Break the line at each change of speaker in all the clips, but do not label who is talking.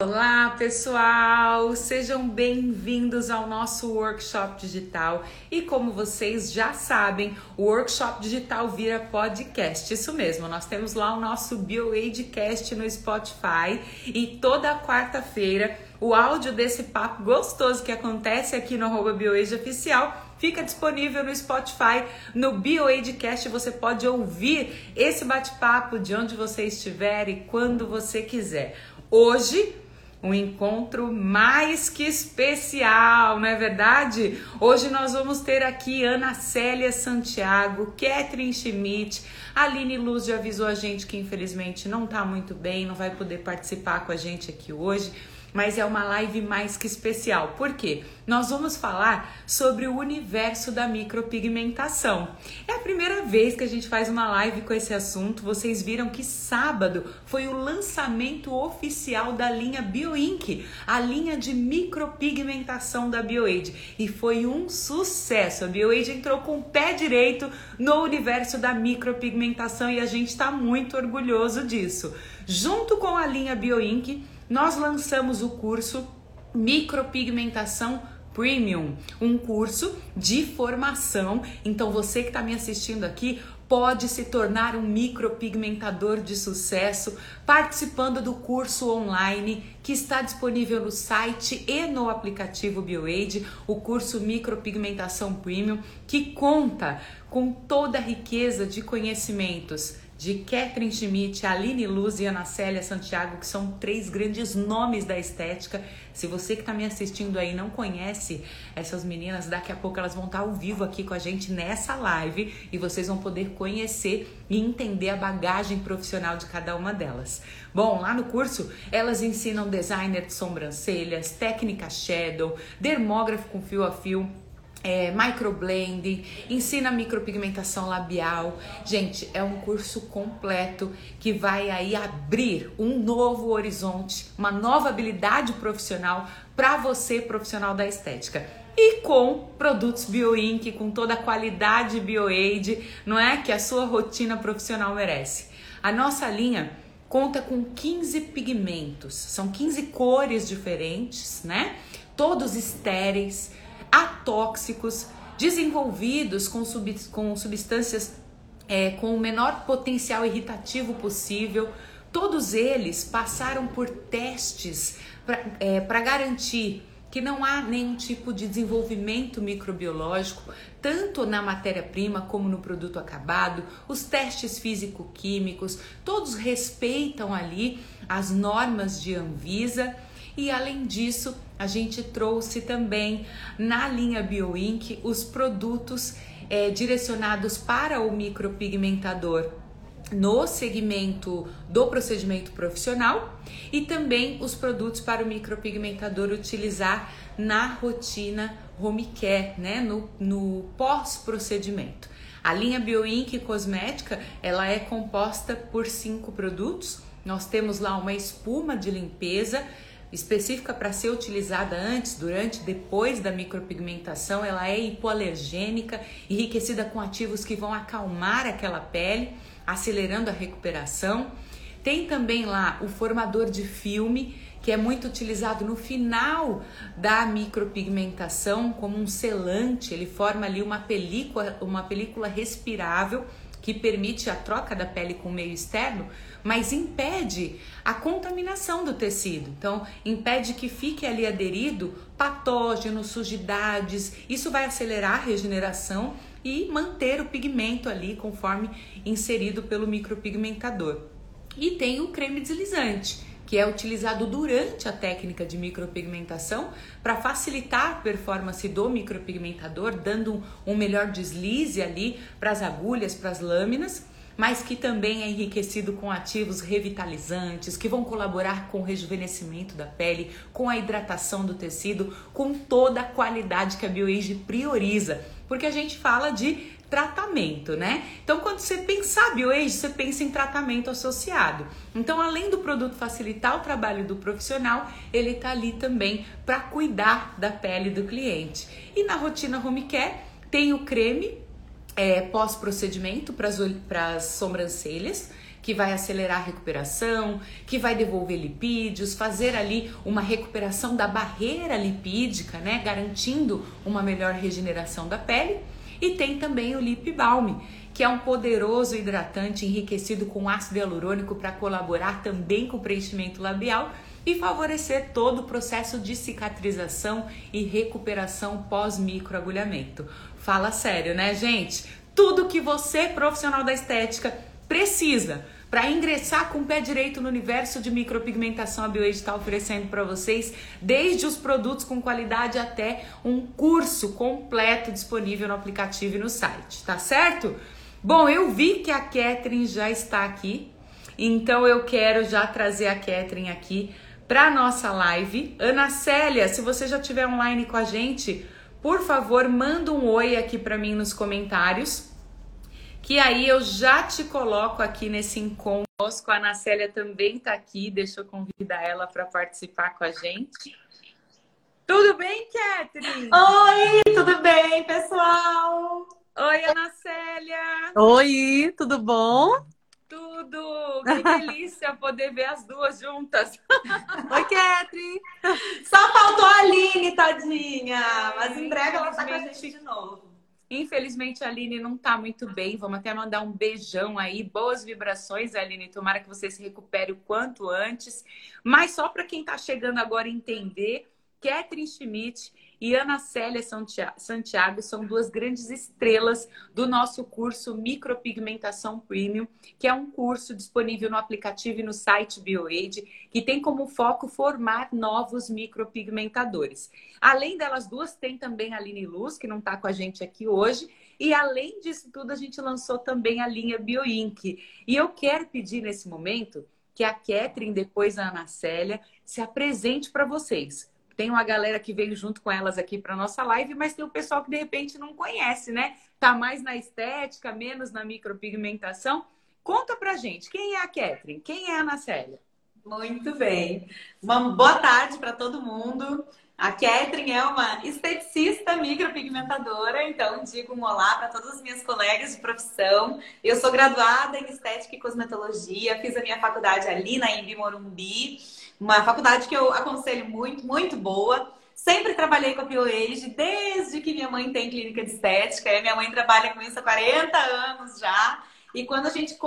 Olá pessoal, sejam bem-vindos ao nosso workshop digital e como vocês já sabem, o workshop digital vira podcast, isso mesmo, nós temos lá o nosso BioAgeCast no Spotify e toda quarta-feira o áudio desse papo gostoso que acontece aqui no @BioAgeOficial fica disponível no Spotify, no BioAgeCast, você pode ouvir esse bate-papo de onde você estiver e quando você quiser. Hoje, um encontro mais que especial, não é verdade? Hoje nós vamos ter aqui Ana Célia Santiago, Catherine Schmidt, Aline Luz já avisou a gente que infelizmente não tá muito bem, não vai poder participar com a gente aqui hoje, mas é uma live mais que especial. Por quê? Nós vamos falar sobre o universo da micropigmentação. É a primeira vez que a gente faz uma live com esse assunto. Vocês viram que sábado foi o lançamento oficial da linha BioInk, a linha de micropigmentação da BioAge. E foi um sucesso. A BioAge entrou com o pé direito no universo da micropigmentação e a gente está muito orgulhoso disso. Junto com a linha BioInk, nós lançamos o curso Micropigmentação Premium, um curso de formação. Então você que está me assistindo aqui pode se tornar um micropigmentador de sucesso participando do curso online que está disponível no site e no aplicativo BioAge, o curso Micropigmentação Premium, que conta com toda a riqueza de conhecimentos de Catherine Schmidt, Aline Luz e Ana Célia Santiago, que são 3 grandes nomes da estética. Se você que está me assistindo aí não conhece essas meninas, daqui a pouco elas vão estar ao vivo aqui com a gente nessa live e vocês vão poder conhecer e entender a bagagem profissional de cada uma delas. Bom, lá no curso elas ensinam designer de sobrancelhas, técnica shadow, dermógrafo com fio a fio, microblending, ensina micropigmentação labial. Gente, é um curso completo que vai aí abrir um novo horizonte, uma nova habilidade profissional para você, profissional da estética. E com produtos BioInk, com toda a qualidade BioAge, não é? Que a sua rotina profissional merece. A nossa linha conta com 15 pigmentos, são 15 cores diferentes, né? Todos estéreis, atóxicos, desenvolvidos com substâncias com o menor potencial irritativo possível. Todos eles passaram por testes para garantir que não há nenhum tipo de desenvolvimento microbiológico, tanto na matéria-prima como no produto acabado. Os testes físico-químicos, todos respeitam ali as normas de Anvisa. E além disso, a gente trouxe também na linha BioInk os produtos direcionados para o micropigmentador no segmento do procedimento profissional e também os produtos para o micropigmentador utilizar na rotina home care, né? no pós-procedimento. A linha BioInk cosmética, ela é composta por 5 produtos. Nós temos lá uma espuma de limpeza específica para ser utilizada antes, durante, depois da micropigmentação. Ela é hipoalergênica, enriquecida com ativos que vão acalmar aquela pele, acelerando a recuperação. Tem também lá o formador de filme, que é muito utilizado no final da micropigmentação como um selante. Ele forma ali uma película respirável que permite a troca da pele com o meio externo, mas impede a contaminação do tecido. Então, impede que fique ali aderido patógenos, sujidades. Isso vai acelerar a regeneração e manter o pigmento ali conforme inserido pelo micropigmentador. E tem o creme deslizante, que é utilizado durante a técnica de micropigmentação para facilitar a performance do micropigmentador, dando um melhor deslize ali para as agulhas, para as lâminas, mas que também é enriquecido com ativos revitalizantes, que vão colaborar com o rejuvenescimento da pele, com a hidratação do tecido, com toda a qualidade que a BioAge prioriza, porque a gente fala de tratamento, né? Então, quando você pensar BioAge, você pensa em tratamento associado. Então, além do produto facilitar o trabalho do profissional, ele tá ali também para cuidar da pele do cliente. E na rotina home care, tem o creme pós-procedimento para as sobrancelhas, que vai acelerar a recuperação, que vai devolver lipídios, fazer ali uma recuperação da barreira lipídica, né? Garantindo uma melhor regeneração da pele. E tem também o Lip Balm, que é um poderoso hidratante enriquecido com ácido hialurônico para colaborar também com o preenchimento labial e favorecer todo o processo de cicatrização e recuperação pós-microagulhamento. Fala sério, né, gente? Tudo que você, profissional da estética, precisa para ingressar com o pé direito no universo de micropigmentação, a BioAge está oferecendo para vocês, desde os produtos com qualidade até um curso completo disponível no aplicativo e no site, tá certo? Bom, eu vi que a Catherine já está aqui, então eu quero já trazer a Catherine aqui para nossa live. Ana Célia, se você já estiver online com a gente, por favor, manda um oi aqui para mim nos comentários, que aí eu já te coloco aqui nesse encontro. A Ana Célia também está aqui, deixa eu convidar ela para participar com a gente. Tudo bem, Catherine?
Oi, tudo bem, pessoal?
Oi, Ana Célia!
Oi, tudo bom?
Tudo! Que delícia poder ver as duas juntas!
Oi, Catherine!
Só faltou a Aline, tadinha! Mas em breve ela tá com a gente de novo.
Infelizmente a Aline não tá muito bem, vamos até mandar um beijão aí, boas vibrações, Aline, tomara que você se recupere o quanto antes. Mas só para quem tá chegando agora entender, Catherine Schmidt e Ana Célia Santiago são duas grandes estrelas do nosso curso Micropigmentação Premium, que é um curso disponível no aplicativo e no site BioAge, que tem como foco formar novos micropigmentadores. Além delas duas, tem também a Aline Luz, que não está com a gente aqui hoje, e além disso tudo, a gente lançou também a linha BioInk. E eu quero pedir nesse momento que a Catherine, depois a Ana Célia, se apresente para vocês. Tem uma galera que veio junto com elas aqui para nossa live, mas tem o pessoal que de repente não conhece, né? Tá mais na estética, menos na micropigmentação. Conta pra gente, quem é a Catherine? Quem é a Ana Célia?
Muito bem. Uma boa tarde para todo mundo. A Catherine é uma esteticista micropigmentadora, então digo um olá para todas as minhas colegas de profissão. Eu sou graduada em Estética e Cosmetologia, fiz a minha faculdade ali na Embi Morumbi, uma faculdade que eu aconselho muito, muito boa. Sempre trabalhei com a BioAge desde que minha mãe tem clínica de estética. Minha mãe trabalha com isso há 40 anos já. E quando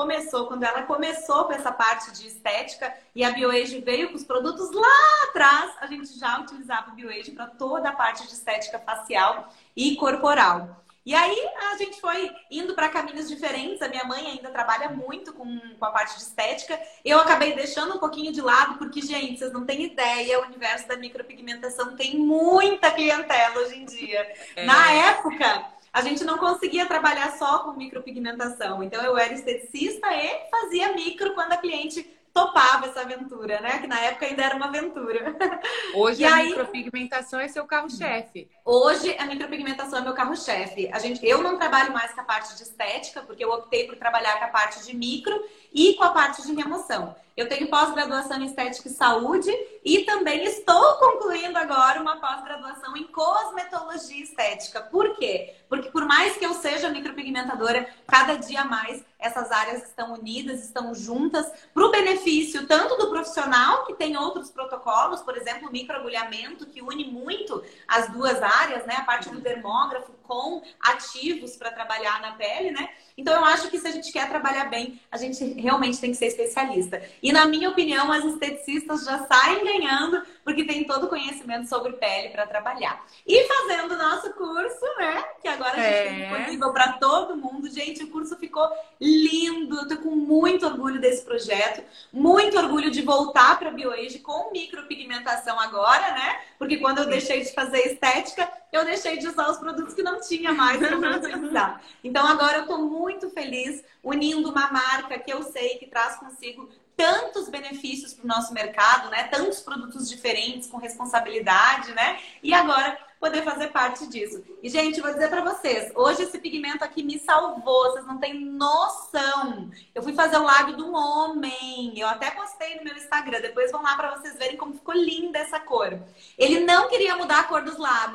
ela começou com essa parte de estética e a BioAge veio com os produtos lá atrás, a gente já utilizava a BioAge para toda a parte de estética facial e corporal. E aí a gente foi indo para caminhos diferentes. A minha mãe ainda trabalha muito com a parte de estética. Eu acabei deixando um pouquinho de lado, porque, gente, vocês não têm ideia, o universo da micropigmentação tem muita clientela hoje em dia. Na época, a gente não conseguia trabalhar só com micropigmentação. Então eu era esteticista e fazia micro quando a cliente topava essa aventura, né? Que na época ainda era uma aventura.
Hoje a micropigmentação é seu carro-chefe.
Hoje a micropigmentação é meu carro-chefe. Eu não trabalho mais com a parte de estética, porque eu optei por trabalhar com a parte de micro e com a parte de remoção. Eu tenho pós-graduação em Estética e Saúde e também estou concluindo agora uma pós-graduação em Cosmetologia Estética. Por quê? Porque por mais que eu seja micropigmentadora, cada dia mais essas áreas estão unidas, estão juntas para o benefício tanto do profissional, que tem outros protocolos, por exemplo, o microagulhamento, que une muito as duas áreas, né? A parte do dermógrafo com ativos para trabalhar na pele, né? Então eu acho que se a gente quer trabalhar bem, a gente realmente tem que ser especialista. E na minha opinião, as esteticistas já saem ganhando, porque tem todo o conhecimento sobre pele para trabalhar. E fazendo o nosso curso, né? Que agora a gente tem disponível para todo mundo. Gente, o curso ficou lindo. Eu tô com muito orgulho desse projeto. Muito orgulho de voltar para a BioAge com micropigmentação agora, né? Porque quando eu deixei de fazer estética, eu deixei de usar os produtos que não tinha mais para utilizar. Então agora eu estou muito feliz unindo uma marca que eu sei que traz consigo tantos benefícios para o nosso mercado, né? Tantos produtos diferentes com responsabilidade, né? E agora poder fazer parte disso. E, gente, vou dizer para vocês, hoje esse pigmento aqui me salvou, vocês não têm noção. Eu fui fazer o lábio de um homem, eu até postei no meu Instagram, depois vão lá para vocês verem como ficou linda essa cor. Ele não queria mudar a cor dos lábios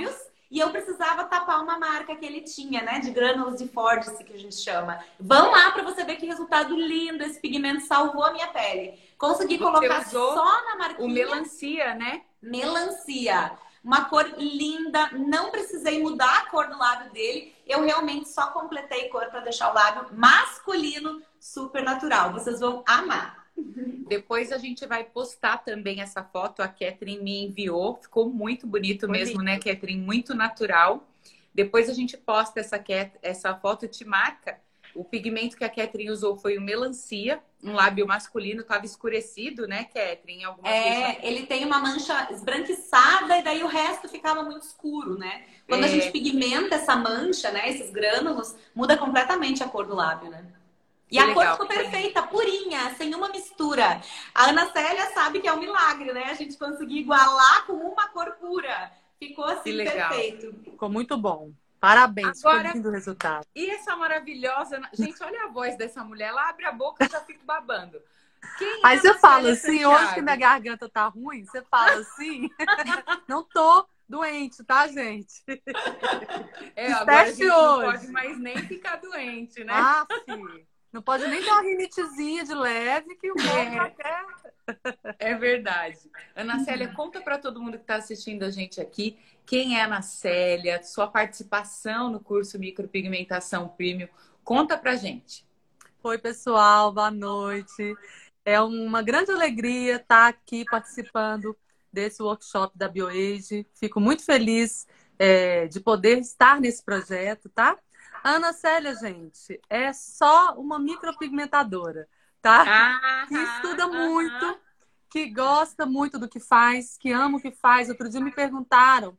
e eu precisava tapar uma marca que ele tinha, né? De grânulos de Fordyce, que a gente chama. Vão lá para você ver que resultado lindo. Esse pigmento salvou a minha pele. Consegui colocar só na marquinha.
O melancia, né?
Melancia. Uma cor linda. Não precisei mudar a cor do lábio dele. Eu realmente só completei cor para deixar o lábio masculino super natural. Vocês vão amar.
Depois a gente vai postar também essa foto. A Catherine me enviou. Ficou muito bonito mesmo, né, Catherine? Muito natural. Depois a gente posta essa foto e te marca. O pigmento que a Catherine usou foi o melancia. Um lábio masculino. Estava escurecido, né, Catherine?
Ele tem uma mancha esbranquiçada e daí o resto ficava muito escuro, né? Quando a gente pigmenta essa mancha, né, esses grânulos, muda completamente a cor do lábio, né? E a cor ficou perfeita, purinha, sem uma mistura. A Ana Célia sabe que é um milagre, né? A gente conseguir igualar com uma cor pura. Ficou assim perfeito.
Ficou muito bom. Parabéns,
agora,
ficou lindo o resultado.
E essa maravilhosa... Gente, olha a voz dessa mulher. Ela abre a boca e já fica babando.
Aí você fala assim, hoje que minha garganta tá ruim, você fala assim, não tô doente, tá, gente?
Agora a gente não pode mais nem ficar doente, né?
Ah, sim. Não pode nem ter uma rinitezinha de leve que o povo já quer.
É verdade. Ana Célia, conta para todo mundo que está assistindo a gente aqui quem é a Ana Célia, sua participação no curso Micropigmentação Premium. Conta pra gente.
Oi, pessoal, boa noite. É uma grande alegria estar aqui participando desse workshop da BioAge. Fico muito feliz de poder estar nesse projeto, tá? A Ana Célia, gente, é só uma micropigmentadora, tá? Que estuda muito, que gosta muito do que faz, que ama o que faz. Outro dia me perguntaram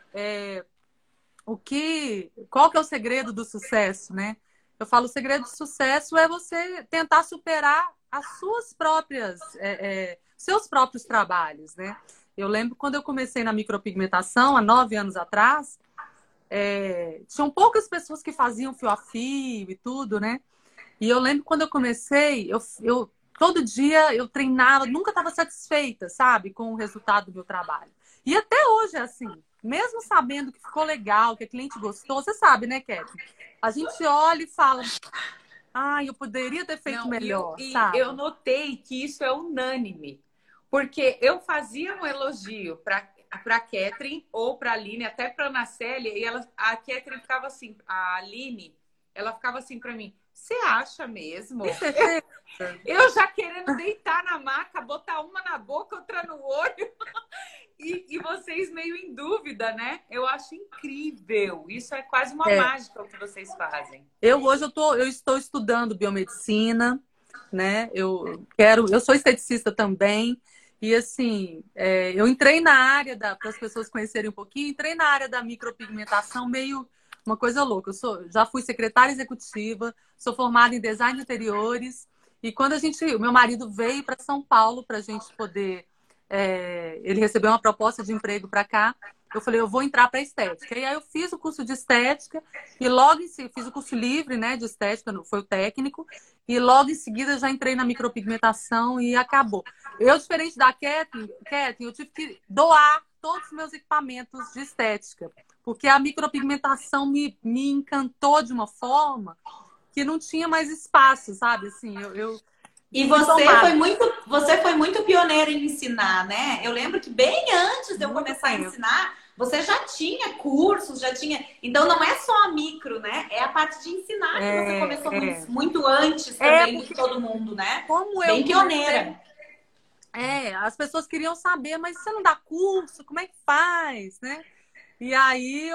qual que é o segredo do sucesso, né? Eu falo, o segredo do sucesso é você tentar superar as suas próprias, seus próprios trabalhos, né? Eu lembro quando eu comecei na micropigmentação, há 9 anos atrás, tinham poucas pessoas que faziam fio a fio e tudo, né? E eu lembro quando eu comecei, eu todo dia eu treinava, nunca estava satisfeita, sabe, com o resultado do meu trabalho. E até hoje é assim, mesmo sabendo que ficou legal, que a cliente gostou, você sabe, né, Cathy? A gente olha e fala, eu poderia ter feito melhor, sabe?
Eu notei que isso é unânime, porque eu fazia um elogio para Catherine ou para a Aline, até para a Ana Célia, e a Catherine ficava assim, a Aline, ela ficava assim para mim, você acha mesmo? Eu já querendo deitar na maca, botar uma na boca, outra no olho, e vocês meio em dúvida, né? Eu acho incrível. Isso é quase uma mágica o que vocês fazem.
Hoje eu estou estudando biomedicina, né? Eu sou esteticista também. E assim, eu entrei na área para as pessoas conhecerem um pouquinho, entrei na área da micropigmentação meio uma coisa louca. Já fui secretária executiva, sou formada em design de interiores. E quando o meu marido veio para São Paulo para a gente poder, ele recebeu uma proposta de emprego para cá. Eu falei, eu vou entrar para estética. E aí eu fiz o curso de estética e logo em seguida fiz o curso livre, né, de estética, foi o técnico. E logo em seguida já entrei na micropigmentação e acabou. Eu, diferente da Catherine, eu tive que doar todos os meus equipamentos de estética, porque a micropigmentação me encantou de uma forma que não tinha mais espaço, sabe? Assim,
E você foi muito pioneira em ensinar, né? Eu lembro que bem antes de eu começar a ensinar, você já tinha cursos, já tinha... Então, não é só a micro, né? É a parte de ensinar que você começou muito antes também de todo mundo, né?
Como
bem pioneira.
As pessoas queriam saber, mas você não dá curso? Como é que faz, né? E aí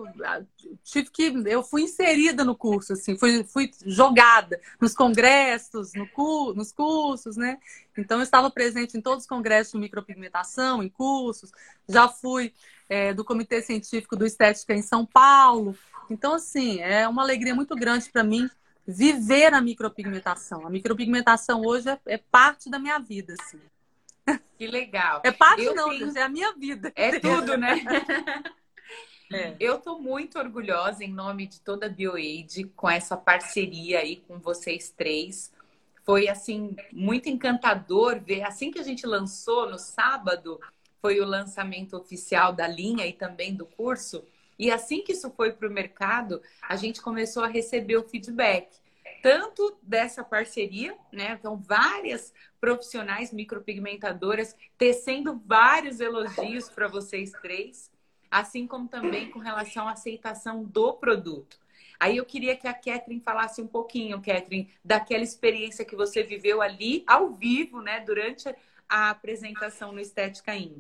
eu fui inserida no curso, assim, fui jogada nos congressos, nos cursos, né? Então eu estava presente em todos os congressos de micropigmentação, em cursos, já fui do Comitê Científico do Estética em São Paulo. Então, assim, é uma alegria muito grande para mim viver a micropigmentação. A micropigmentação hoje é parte da minha vida, assim.
Que legal.
É parte é a minha vida.
É tudo, né? Eu estou muito orgulhosa, em nome de toda a BioAge, com essa parceria aí com vocês três. Foi, assim, muito encantador ver. Assim que a gente lançou no sábado, foi o lançamento oficial da linha e também do curso. E assim que isso foi para o mercado, a gente começou a receber o feedback, tanto dessa parceria, né? Então, várias profissionais micropigmentadoras tecendo vários elogios para vocês três, assim como também com relação à aceitação do produto. Aí eu queria que a Catherine falasse um pouquinho, Catherine, daquela experiência que você viveu ali ao vivo, né? Durante a apresentação no Estética In.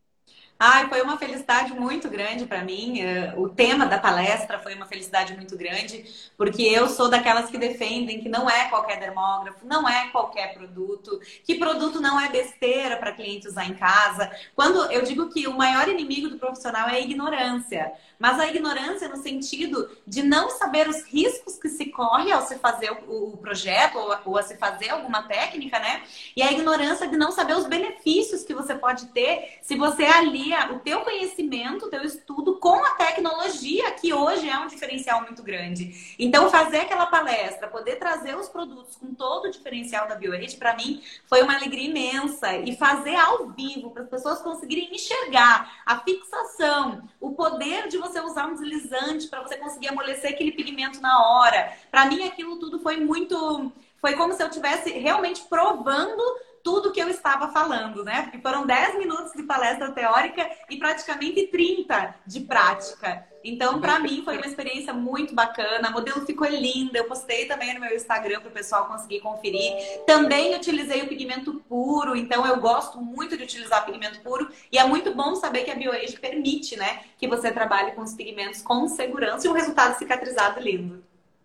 Ai, foi uma felicidade muito grande para mim. O tema da palestra foi uma felicidade muito grande, porque eu sou daquelas que defendem que não é qualquer dermógrafo, não é qualquer produto, que produto não é besteira para cliente usar em casa. Quando eu digo que o maior inimigo do profissional é a ignorância, mas a ignorância no sentido de não saber os riscos que se corre ao se fazer o projeto ou a se fazer alguma técnica, né? E a ignorância de não saber os benefícios que você pode ter se você alia o teu conhecimento, o teu estudo com a tecnologia, que hoje é um diferencial muito grande. Então, fazer aquela palestra, poder trazer os produtos com todo o diferencial da BioAge, para mim, foi uma alegria imensa. E fazer ao vivo, para as pessoas conseguirem enxergar a fixação, o poder de você usar um deslizante para você conseguir amolecer aquele pigmento na hora. Para mim, aquilo tudo foi muito... Foi como se eu estivesse realmente provando tudo que eu estava falando, né? Porque foram 10 minutos de palestra teórica e praticamente 30 de prática. Então, para mim, foi uma experiência muito bacana. A modelo ficou linda. Eu postei também no meu Instagram para o pessoal conseguir conferir. Também utilizei o pigmento puro. Então, eu gosto muito de utilizar pigmento puro. E é muito bom saber que a BioAge permite, né? Que você trabalhe com os pigmentos com segurança e um resultado cicatrizado lindo.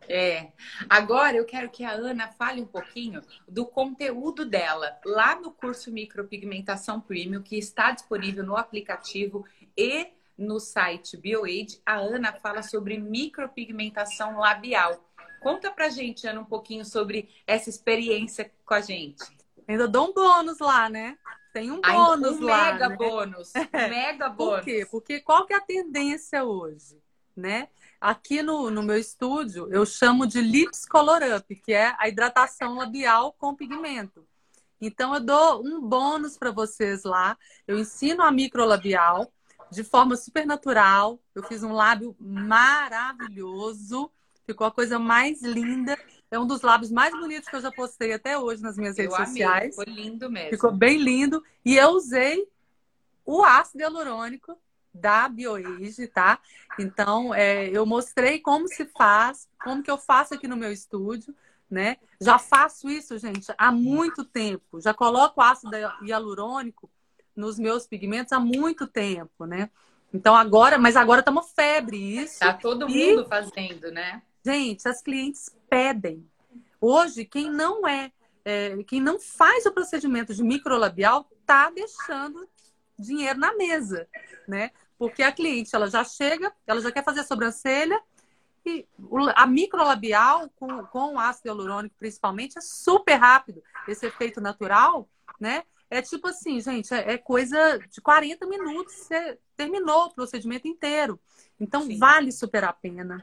Agora eu quero que a Ana fale um pouquinho do conteúdo dela lá no curso Micropigmentação Premium, que está disponível no aplicativo e no site BioAge. A Ana fala sobre micropigmentação labial. Conta pra gente, Ana, um pouquinho sobre essa experiência com a gente.
Ainda dou um bônus lá, né? Tem um bônus lá,
mega
né?
bônus. Mega bônus.
Por quê? Porque qual que é a tendência hoje, né? Aqui no meu estúdio, eu chamo de Lips Color Up, que é a hidratação labial com pigmento. Então, eu dou um bônus para vocês lá. Eu ensino a microlabial de forma super natural. Eu fiz um lábio maravilhoso. Ficou a coisa mais linda. É um dos lábios mais bonitos que eu já postei até hoje nas minhas redes sociais.
Ficou lindo mesmo.
Ficou bem lindo. E eu usei o ácido hialurônico da BioAge, tá? Então, eu mostrei como se faz, como que eu faço aqui no meu estúdio, né? Já faço isso, gente, há muito tempo. Já coloco ácido hialurônico nos meus pigmentos há muito tempo, né? Então, agora tá uma febre isso.
Tá todo mundo fazendo, né?
Gente, as clientes pedem. Hoje, quem não faz o procedimento de microlabial tá deixando dinheiro na mesa, né? Porque a cliente, ela já chega, ela já quer fazer a sobrancelha e a microlabial com ácido hialurônico, principalmente, é super rápido. Esse efeito natural, né? É tipo assim, gente, é coisa de 40 minutos, você terminou o procedimento inteiro. Então, sim, vale super a pena.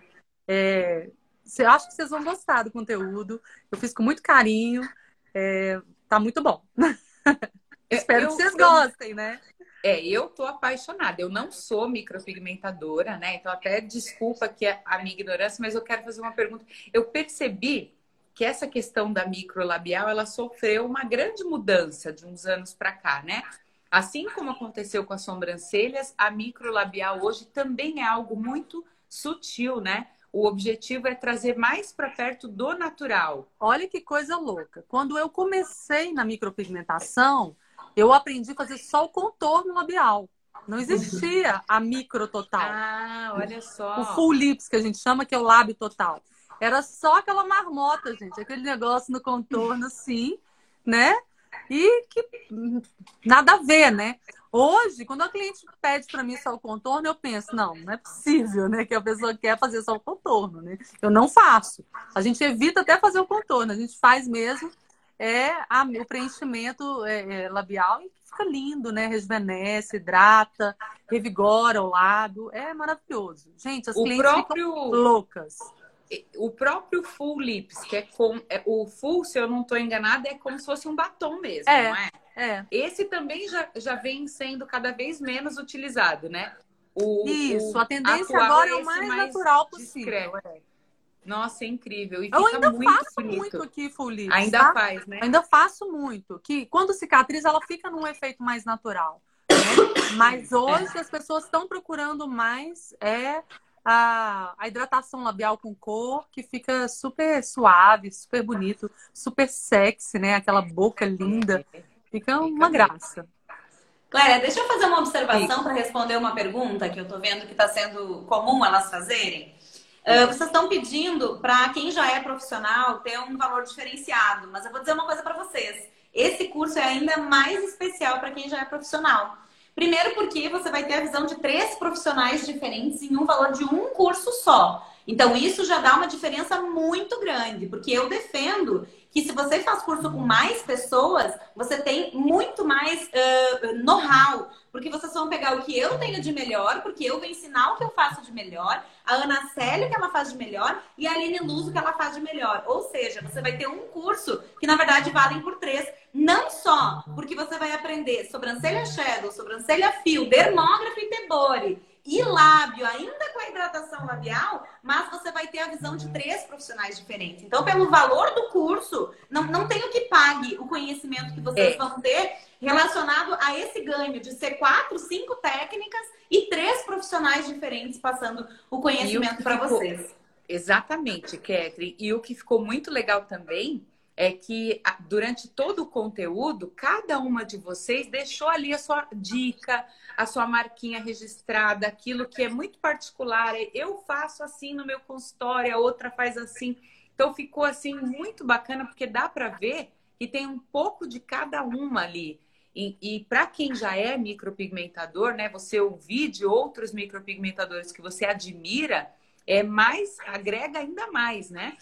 Acho que vocês vão gostar do conteúdo. Eu fiz com muito carinho. Tá muito bom. Espero que vocês gostem, né?
Eu tô apaixonada. Eu não sou micropigmentadora, né? Então, até desculpa aqui a minha ignorância, mas eu quero fazer uma pergunta. Eu percebi que essa questão da microlabial, ela sofreu uma grande mudança de uns anos para cá, né? Assim como aconteceu com as sobrancelhas, a microlabial hoje também é algo muito sutil, né? O objetivo é trazer mais para perto do natural.
Olha que coisa louca. Quando eu comecei na micropigmentação, eu aprendi a fazer só o contorno labial. Não existia a micro total.
Ah, olha só.
O full lips, que a gente chama, que é o lábio total. Era só aquela marmota, gente. Aquele negócio no contorno, assim, né? E que nada a ver, né? Hoje, quando a cliente pede para mim só o contorno, eu penso, não é possível, né? Que a pessoa quer fazer só o contorno, né? Eu não faço. A gente evita até fazer o contorno. A gente faz mesmo o preenchimento labial e fica lindo, né? Rejuvenesce, hidrata, revigora o lábio. É maravilhoso. Gente, as clientes ficam loucas.
O próprio full lips, que o full, se eu não estou enganada, é como se fosse um batom mesmo, não é? Esse também já vem sendo cada vez menos utilizado, né?
Isso, a tendência
atual
agora é
é
o
esse
mais
mais
natural possível.
discreto. Nossa, é incrível. E
Eu
fica
ainda
muito
faço
bonito.
muito aqui, full lips,
Ainda
tá?
faz, né?
Ainda faço muito. Que quando cicatriza, ela fica num efeito mais natural, né? Mas hoje as pessoas estão procurando mais a hidratação labial com cor, que fica super suave, super bonito, super sexy, né? Aquela boca linda. Fica uma graça.
Clélia, deixa eu fazer uma
Sim.
observação para responder uma pergunta que eu tô vendo que está sendo comum elas fazerem. Vocês estão pedindo para quem já é profissional ter um valor diferenciado, mas eu vou dizer uma coisa para vocês. Esse curso é ainda mais especial para quem já é profissional. Primeiro porque você vai ter a visão de 3 profissionais diferentes em um valor de um curso só. Então isso já dá uma diferença muito grande, porque eu defendo que se você faz curso com mais pessoas, você tem muito mais know-how, porque vocês vão pegar o que eu tenho de melhor, porque eu vou ensinar o que eu faço de melhor, a Ana Célia o que ela faz de melhor e a Aline Luz o que ela faz de melhor. Ou seja, você vai ter um curso que na verdade valem por 3, não só porque você vai aprender sobrancelha shadow, sobrancelha fio, dermógrafo e tebore e lábio, ainda com a hidratação labial, mas você vai ter a visão de 3 profissionais diferentes. Então, pelo valor do curso, não tem o que pague o conhecimento que vocês vão ter relacionado a esse ganho de ser 4, 5 técnicas e 3 profissionais diferentes passando o conhecimento para vocês.
Exatamente, Ketri. E o que ficou muito legal também é que durante todo o conteúdo, cada uma de vocês deixou ali a sua dica, a sua marquinha registrada, aquilo que é muito particular. Eu faço assim no meu consultório, a outra faz assim. Então ficou assim muito bacana, porque dá para ver que tem um pouco de cada uma ali. E para quem já é micropigmentador, né, você ouvir de outros micropigmentadores que você admira, agrega ainda mais, né?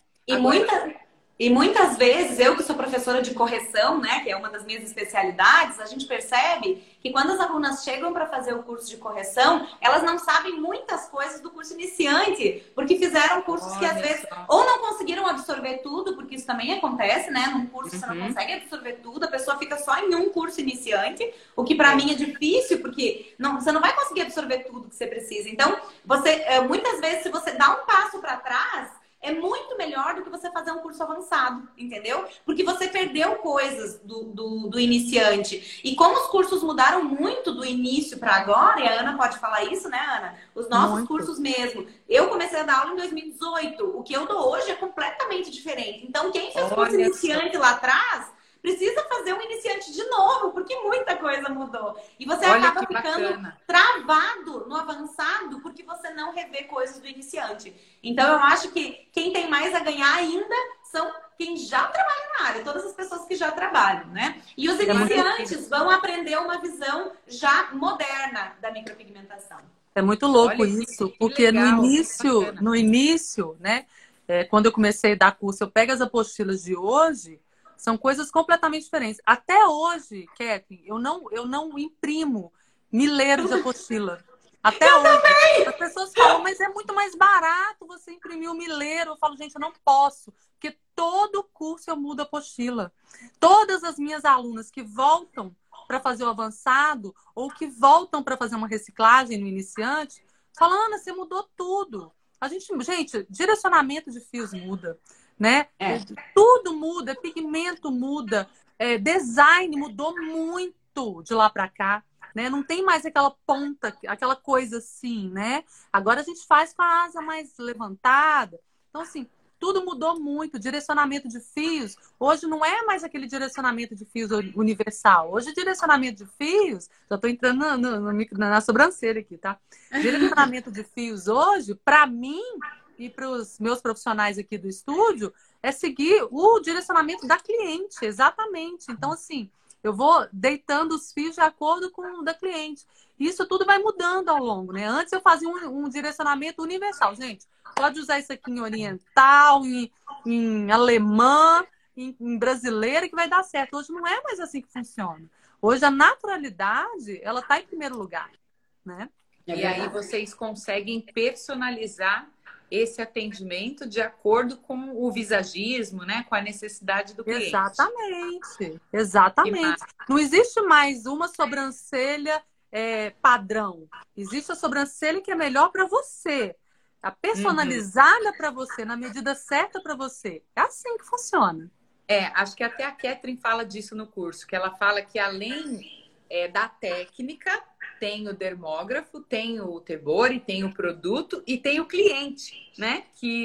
E muitas vezes, eu que sou professora de correção, né, que é uma das minhas especialidades, a gente percebe que quando as alunas chegam para fazer o curso de correção, elas não sabem muitas coisas do curso iniciante, porque fizeram cursos que às vezes ou não conseguiram absorver tudo, porque isso também acontece, né? Num curso você não consegue absorver tudo, a pessoa fica só em um curso iniciante, o que para mim é difícil, porque você não vai conseguir absorver tudo que você precisa. Então, muitas vezes, se você dá um passo para trás, é muito melhor do que você fazer um curso avançado, entendeu? Porque você perdeu coisas do iniciante. E como os cursos mudaram muito do início para agora, e a Ana pode falar isso, né, Ana? Os nossos cursos mesmo. Eu comecei a dar aula em 2018. O que eu dou hoje é completamente diferente. Então, quem fez curso iniciante lá atrás precisa fazer um iniciante de novo, porque muita coisa mudou. E você acaba ficando travado no avançado porque você não revê coisas do iniciante. Então, eu acho que quem tem mais a ganhar ainda são quem já trabalha na área, todas as pessoas que já trabalham, né? E os iniciantes vão aprender uma visão já moderna da micropigmentação.
É muito louco isso, porque legal, no início, né, quando eu comecei a dar curso, eu pego as apostilas de hoje, são coisas completamente diferentes. Até hoje, Catherine, eu não imprimo milheiro de apostila. Até hoje. Também. As pessoas falam, mas é muito mais barato você imprimir um milheiro. Eu falo, gente, eu não posso. Porque todo curso eu mudo a apostila. Todas as minhas alunas que voltam para fazer o avançado ou que voltam para fazer uma reciclagem no iniciante, falam, Ana, você mudou tudo. Gente, direcionamento de fios muda. Né? Tudo muda, pigmento muda, design mudou muito de lá para cá, né? Não tem mais aquela ponta, aquela coisa assim, né? Agora a gente faz com a asa mais levantada. Então, assim, tudo mudou muito. Direcionamento de fios, hoje não é mais aquele direcionamento de fios universal. Hoje, direcionamento de fios, já estou entrando na sobrancelha aqui, tá? Direcionamento de fios hoje, para mim, e para os meus profissionais aqui do estúdio, é seguir o direcionamento da cliente, exatamente. Então, assim, eu vou deitando os fios de acordo com o da cliente. Isso tudo vai mudando ao longo, né? Antes eu fazia um direcionamento universal. Gente, pode usar isso aqui em oriental, em alemã, em brasileira, que vai dar certo. Hoje não é mais assim que funciona. Hoje a naturalidade, ela está em primeiro lugar, né?
E aí vocês conseguem personalizar esse atendimento de acordo com o visagismo, né? Com a necessidade do cliente.
Exatamente. Não existe mais uma sobrancelha padrão. Existe a sobrancelha que é melhor para você. A personalizada para você, na medida certa para você. É assim que funciona.
Acho que até a Catherine fala disso no curso, que ela fala que além da técnica, tem o dermógrafo, tem o Tebori, tem o produto e tem o cliente, né?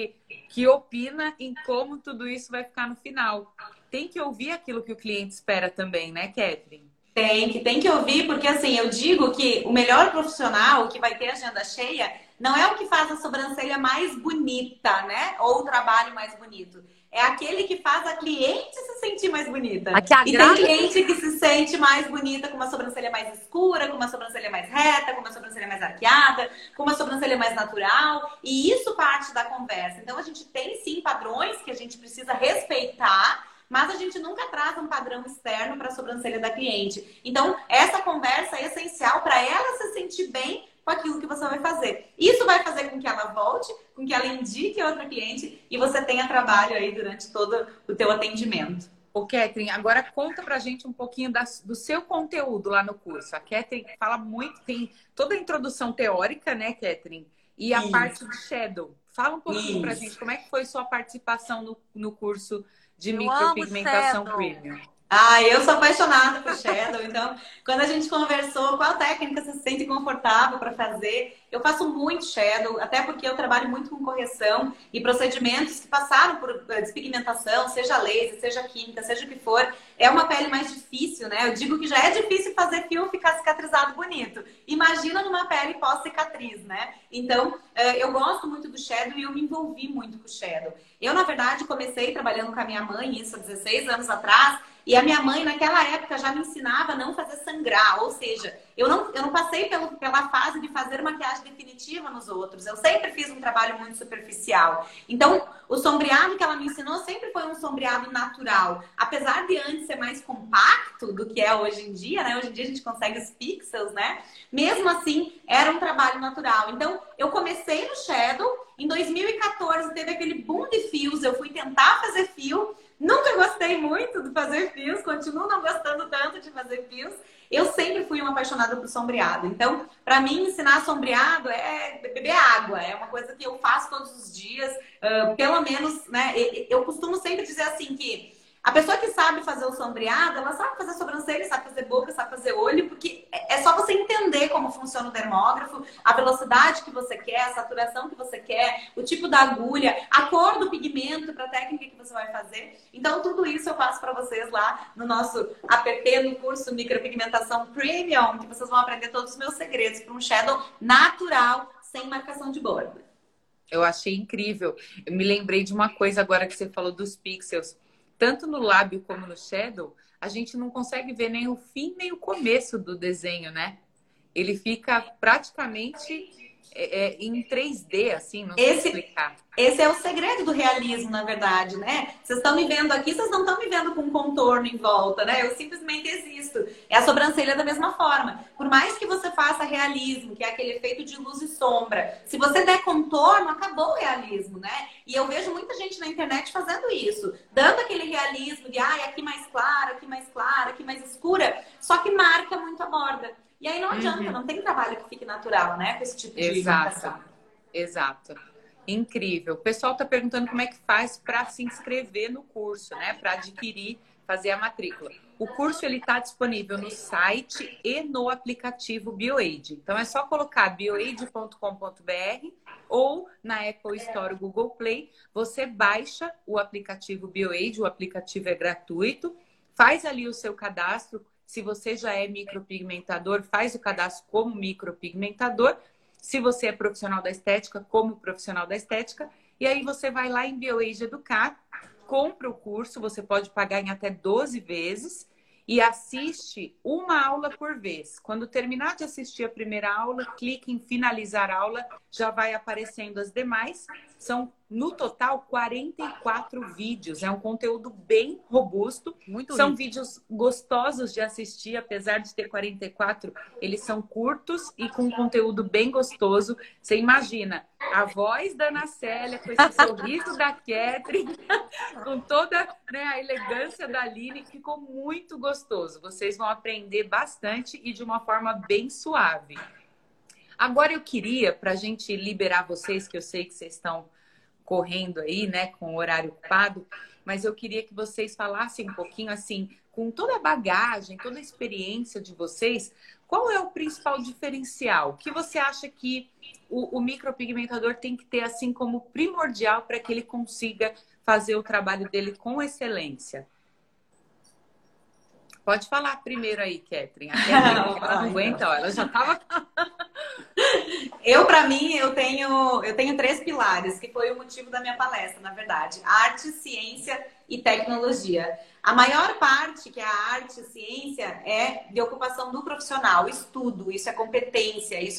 Que opina em como tudo isso vai ficar no final. Tem que ouvir aquilo que o cliente espera também, né, Catherine?
Tem que ouvir, porque assim, eu digo que o melhor profissional que vai ter agenda cheia não é o que faz a sobrancelha mais bonita, né? Ou o trabalho mais bonito. É aquele que faz a cliente se sentir mais bonita. E tem cliente que se sente mais bonita com uma sobrancelha mais escura, com uma sobrancelha mais reta, com uma sobrancelha mais arqueada, com uma sobrancelha mais natural. E isso parte da conversa. Então, a gente tem, sim, padrões que a gente precisa respeitar, mas a gente nunca traz um padrão externo para a sobrancelha da cliente. Então, essa conversa é essencial para ela se sentir bem com aquilo que você vai fazer. Isso vai fazer com que ela volte, com que ela indique outra cliente e você tenha trabalho aí durante todo o teu atendimento.
Ô, Catherine, agora conta pra gente um pouquinho do seu conteúdo lá no curso. A Catherine fala muito, tem toda a introdução teórica, né, Catherine? E a parte de shadow. Fala um pouquinho pra gente, como é que foi sua participação no curso de micropigmentação premium?
Eu sou apaixonada por shadow, então quando a gente conversou qual técnica você se sente confortável para fazer, eu faço muito shadow, até porque eu trabalho muito com correção e procedimentos que passaram por despigmentação, seja laser, seja química, seja o que for, é uma pele mais difícil, né? Eu digo que já é difícil fazer fio ficar cicatrizado bonito. Imagina numa pele pós-cicatriz, né? Então, eu gosto muito do shadow e eu me envolvi muito com o shadow. Eu, na verdade, comecei trabalhando com a minha mãe, isso há 16 anos atrás, e a minha mãe, naquela época, já me ensinava a não fazer sangrar. Ou seja, eu não passei pela fase de fazer maquiagem definitiva nos outros. Eu sempre fiz um trabalho muito superficial. Então, o sombreado que ela me ensinou sempre foi um sombreado natural. Apesar de antes ser mais compacto do que é hoje em dia, né? Hoje em dia a gente consegue os pixels, né? Mesmo assim, era um trabalho natural. Então, eu comecei no shadow. Em 2014, teve aquele boom de fios. Eu fui tentar fazer fio. Nunca gostei muito de fazer fios, continuo não gostando tanto de fazer fios. Eu sempre fui uma apaixonada por sombreado. Então, para mim, ensinar sombreado é beber água. É uma coisa que eu faço todos os dias. Pelo menos, né? Eu costumo sempre dizer assim que a pessoa que sabe fazer o sombreado, ela sabe fazer sobrancelha, sabe fazer boca, sabe fazer olho, porque é só você entender como funciona o dermógrafo, a velocidade que você quer, a saturação que você quer, o tipo da agulha, a cor do pigmento para a técnica que você vai fazer. Então, tudo isso eu passo para vocês lá no nosso app, no curso Micropigmentação Premium, que vocês vão aprender todos os meus segredos para um shadow natural, sem marcação de borda.
Eu achei incrível. Eu me lembrei de uma coisa agora que você falou dos pixels. Tanto no lábio como no shadow, a gente não consegue ver nem o fim nem o começo do desenho, né? Ele fica praticamente em 3D, assim, não sei explicar.
Esse é o segredo do realismo, na verdade, né? Vocês estão me vendo aqui, vocês não estão me vendo com um contorno em volta, né? Eu simplesmente existo. É a sobrancelha da mesma forma. Por mais que você faça realismo, que é aquele efeito de luz e sombra, se você der contorno, acabou o realismo, né? E eu vejo muita gente na internet fazendo isso, dando aquele realismo de, aqui mais clara, aqui mais clara, aqui mais escura, só que marca muito a borda. E aí não adianta, não tem trabalho que fique natural, né? Com esse tipo de marcação.
Exato. Incrível. O pessoal está perguntando como é que faz para se inscrever no curso, né? Para adquirir, fazer a matrícula. O curso ele está disponível no site e no aplicativo BioAid. Então é só colocar bioaid.com.br ou na Apple Store ou Google Play. Você baixa o aplicativo BioAid, o aplicativo é gratuito, faz ali o seu cadastro. Se você já é micropigmentador, faz o cadastro como micropigmentador. Se você é profissional da estética, como profissional da estética. E aí você vai lá em BioAge Educar, compra o curso, você pode pagar em até 12 vezes e assiste uma aula por vez. Quando terminar de assistir a primeira aula, clique em finalizar aula, já vai aparecendo as demais. São no total 44 vídeos. É um conteúdo bem robusto.
Muito
São
rico.
vídeos gostosos de assistir, apesar de ter 44, eles são curtos e com conteúdo bem gostoso. Você imagina a voz da Ana Célia, com esse sorriso da Catherine, com toda, né, a elegância da Aline, ficou muito gostoso. Vocês vão aprender bastante e de uma forma bem suave. Agora eu queria, para a gente liberar vocês, que eu sei que vocês estão correndo aí, né, com o horário ocupado, mas eu queria que vocês falassem um pouquinho, assim, com toda a bagagem, toda a experiência de vocês, qual é o principal diferencial? O que você acha que o micropigmentador tem que ter, assim, como primordial para que ele consiga fazer o trabalho dele com excelência? Pode falar primeiro aí, Catherine. A Catherine, ela não aguenta, ó, ela já estava...
Para mim, eu tenho 3 pilares, que foi o motivo da minha palestra, na verdade. Arte, ciência e tecnologia. A maior parte, que é a arte e ciência, é de ocupação do profissional, estudo, isso é competência, isso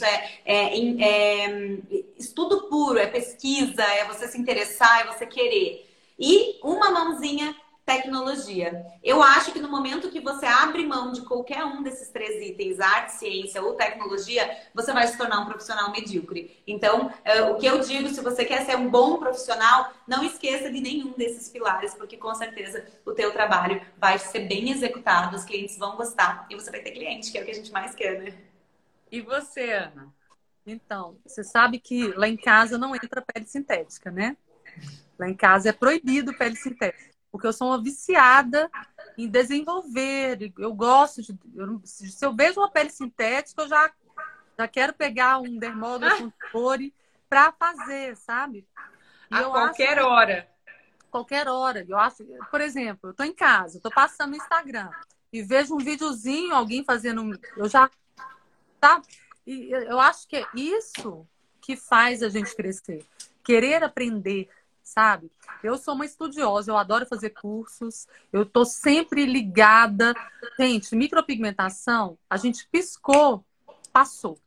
é estudo puro, é pesquisa, é você se interessar, é você querer. E uma mãozinha tecnologia. Eu acho que no momento que você abre mão de qualquer um desses 3 itens, arte, ciência ou tecnologia, você vai se tornar um profissional medíocre. Então, o que eu digo, se você quer ser um bom profissional, não esqueça de nenhum desses pilares, porque com certeza o teu trabalho vai ser bem executado, os clientes vão gostar e você vai ter cliente, que é o que a gente mais quer, né?
E você, Ana?
Então, você sabe que lá em casa não entra pele sintética, né? Lá em casa é proibido pele sintética. Porque eu sou uma viciada em desenvolver. Eu gosto de... se eu vejo uma pele sintética, eu já quero pegar um dermógrafo para fazer, sabe? E
a
eu
qualquer
acho,
hora.
Qualquer hora. Eu acho, por exemplo, eu tô em casa, tô passando no Instagram e vejo um videozinho, alguém fazendo... Eu já... Tá? E eu acho que é isso que faz a gente crescer. Querer aprender, sabe? Eu sou uma estudiosa, eu adoro fazer cursos, eu tô sempre ligada. Gente, micropigmentação, a gente piscou, passou.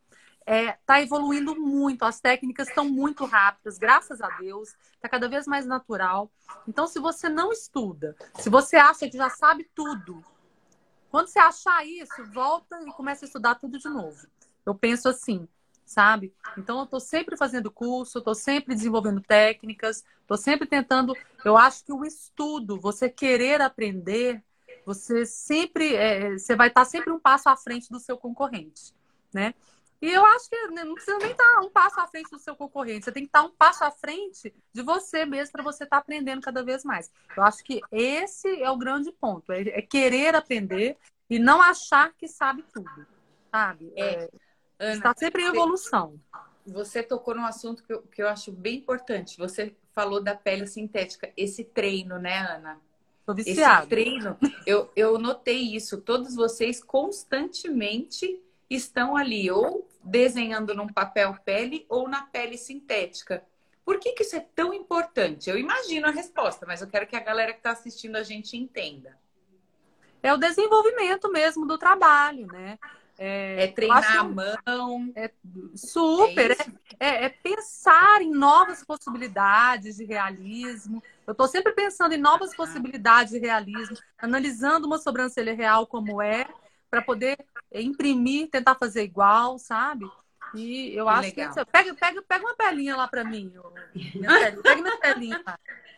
Tá evoluindo muito, as técnicas estão muito rápidas, graças a Deus, tá cada vez mais natural. Então, se você não estuda, se você acha que já sabe tudo, quando você achar isso, volta e começa a estudar tudo de novo. Eu penso assim, sabe? Então, eu estou sempre fazendo curso, estou sempre desenvolvendo técnicas, estou sempre tentando... Eu acho que o estudo, você querer aprender, você sempre... você vai estar sempre um passo à frente do seu concorrente, né? E eu acho que não precisa nem estar um passo à frente do seu concorrente, você tem que estar um passo à frente de você mesmo para você estar aprendendo cada vez mais. Eu acho que esse é o grande ponto, é querer aprender e não achar que sabe tudo, sabe?
Ana,
está sempre em evolução.
Você tocou num assunto que eu acho bem importante. Você falou da pele sintética. Esse treino, né, Ana?
Tô viciada.
Esse treino, eu notei isso. Todos vocês constantemente estão ali, ou desenhando num papel pele ou na pele sintética. Por que isso é tão importante? Eu imagino a resposta, mas eu quero que a galera que está assistindo a gente entenda.
É o desenvolvimento mesmo do trabalho, né?
Treinar a mão.
Super. É pensar em novas possibilidades de realismo. Eu estou sempre pensando em novas possibilidades de realismo, analisando uma sobrancelha real como para poder imprimir, tentar fazer igual, sabe? E eu acho
legal.
que... Pega uma pelinha lá para mim. Pega minha pelinha lá.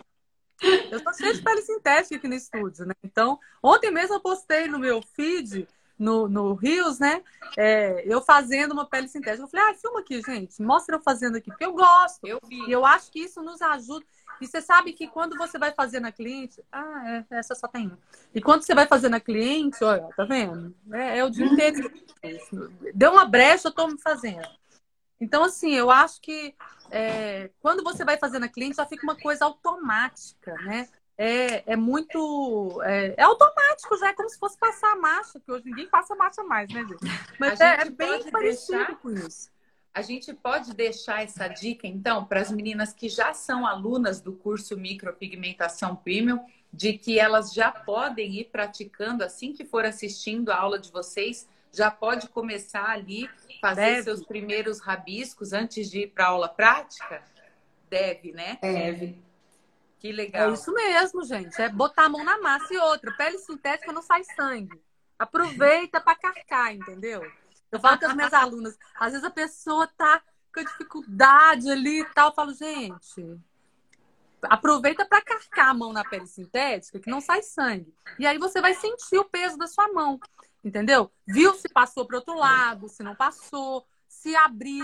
Eu sou cheia de pele sintética aqui no estúdio, né? Então, ontem mesmo eu postei no meu feed, no Reels, né? Eu fazendo uma pele sintética. Eu falei, filma aqui, gente. Mostra eu fazendo aqui, porque eu gosto.
Eu vi.
E eu acho que isso nos ajuda. E você sabe que quando você vai fazer na cliente... essa só tem uma. E quando você vai fazer na cliente, olha, tá vendo? É o dia inteiro. Deu uma brecha, eu tô me fazendo. Então, assim, eu acho que quando você vai fazer na cliente, já fica uma coisa automática, né? É muito... É automático, já é como se fosse passar a marcha, que hoje ninguém passa a marcha mais, né, gente? Mas é bem parecido com isso.
A gente pode deixar essa dica, então, para as meninas que já são alunas do curso Micropigmentação Premium, de que elas já podem ir praticando assim que for assistindo a aula de vocês, já pode começar ali, fazer seus primeiros rabiscos antes de ir para a aula prática? deve, né?
Deve.
Que
É
legal.
isso mesmo, gente. É botar a mão na massa. E outra, pele sintética não sai sangue. Aproveita para carcar, entendeu? Eu falo com as minhas alunas, às vezes a pessoa tá com dificuldade ali e tal. Eu falo, gente, aproveita para carcar a mão na pele sintética, que não sai sangue. E aí você vai sentir o peso da sua mão, entendeu? Viu se passou para outro lado, se não passou, se